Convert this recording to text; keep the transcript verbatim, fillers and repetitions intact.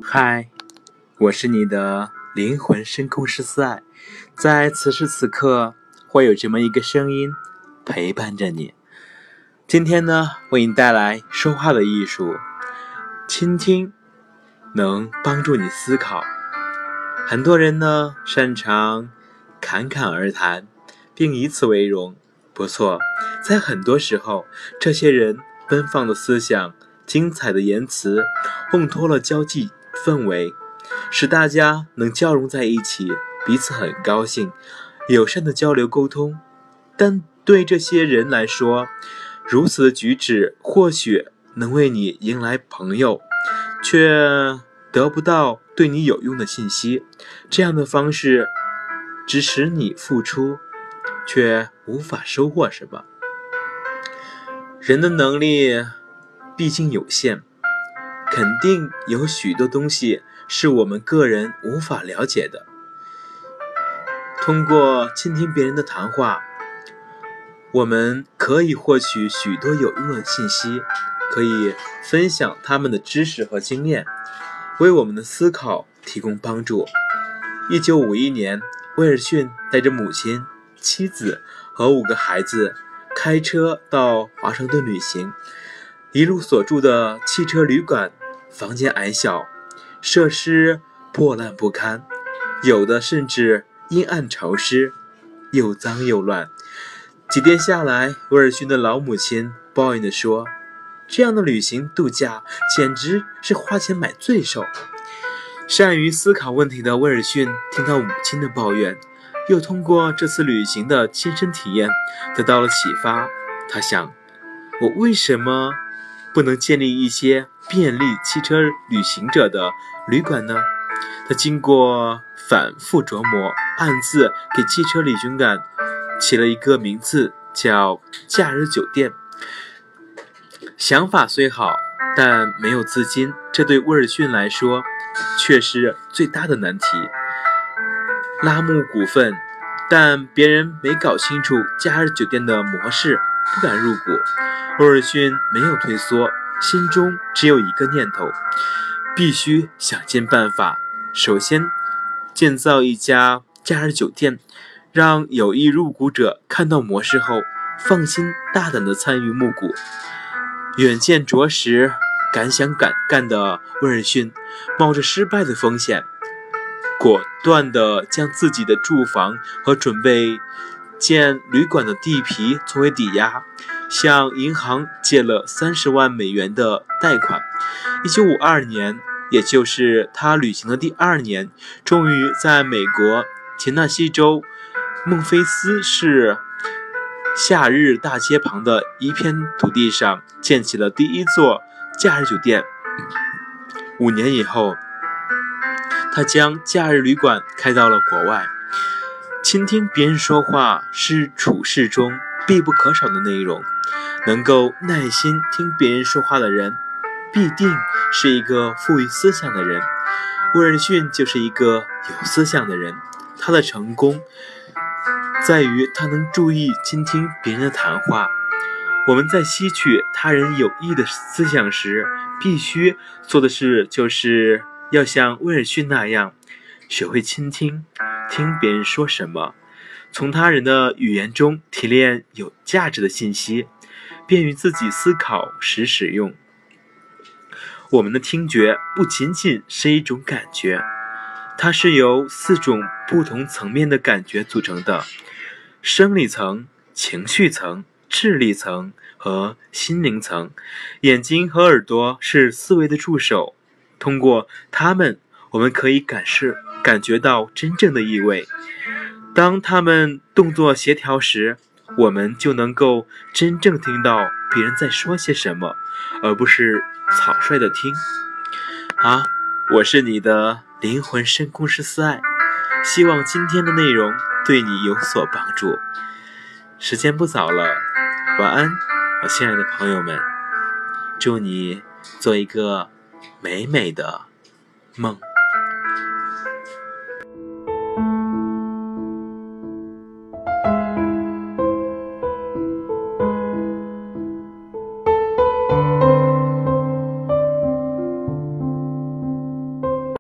嗨，我是你的灵魂深空师思爱，在此时此刻会有这么一个声音陪伴着你。今天呢，为你带来说话的艺术，倾听能帮助你思考。很多人呢擅长侃侃而谈，并以此为荣。不错，在很多时候，这些人奔放的思想、精彩的言辞，烘托了交际氛围，使大家能交融在一起，彼此很高兴，友善的交流沟通。但对这些人来说，如此的举止或许能为你迎来朋友，却得不到对你有用的信息。这样的方式只使你付出，却无法收获什么。人的能力毕竟有限，肯定有许多东西是我们个人无法了解的。通过倾听别人的谈话，我们可以获取许多有用的信息，可以分享他们的知识和经验，为我们的思考提供帮助。一九五一年，威尔逊带着母亲、妻子和五个孩子开车到华盛顿旅行，一路所住的汽车旅馆房间矮小，设施破烂不堪，有的甚至阴暗潮湿，又脏又乱。几天下来，威尔逊的老母亲抱怨地说，这样的旅行度假简直是花钱买罪受。善于思考问题的威尔逊听到母亲的抱怨，又通过这次旅行的亲身体验得到了启发。他想，我为什么不能建立一些便利汽车旅行者的旅馆呢？他经过反复琢磨，暗自给汽车旅行馆起了一个名字，叫假日酒店。想法虽好，但没有资金，这对威尔逊来说却是最大的难题。拉木股份，但别人没搞清楚假日酒店的模式，不敢入股。威尔逊没有退缩，心中只有一个念头，必须想尽办法，首先建造一家假日酒店，让有意入股者看到模式后放心大胆地参与募股。远见卓识，敢想敢干的威尔逊冒着失败的风险，果断地将自己的住房和准备建旅馆的地皮作为抵押，向银行借了三十万美元的贷款。一九五二年，也就是他旅行的第二年，终于在美国田纳西州孟菲斯市夏日大街旁的一片土地上建起了第一座假日酒店。五年以后，他将假日旅馆开到了国外。倾听别人说话是处事中必不可少的内容，能够耐心听别人说话的人，必定是一个富于思想的人。威尔逊就是一个有思想的人，他的成功在于他能注意倾听别人的谈话。我们在吸取他人有益的思想时，必须做的事就是要像威尔逊那样，学会倾听，听别人说什么，从他人的语言中提炼有价值的信息，便于自己思考时使用。我们的听觉不仅仅是一种感觉，它是由四种不同层面的感觉组成的：生理层、情绪层、智力层和心灵层。眼睛和耳朵是思维的助手，通过它们，我们可以感受感觉到真正的意味。当它们动作协调时，我们就能够真正听到别人在说些什么，而不是草率的听。好，我是你的灵魂深空师思爱，希望今天的内容对你有所帮助。时间不早了，晚安，我亲爱的朋友们，祝你做一个美美的梦。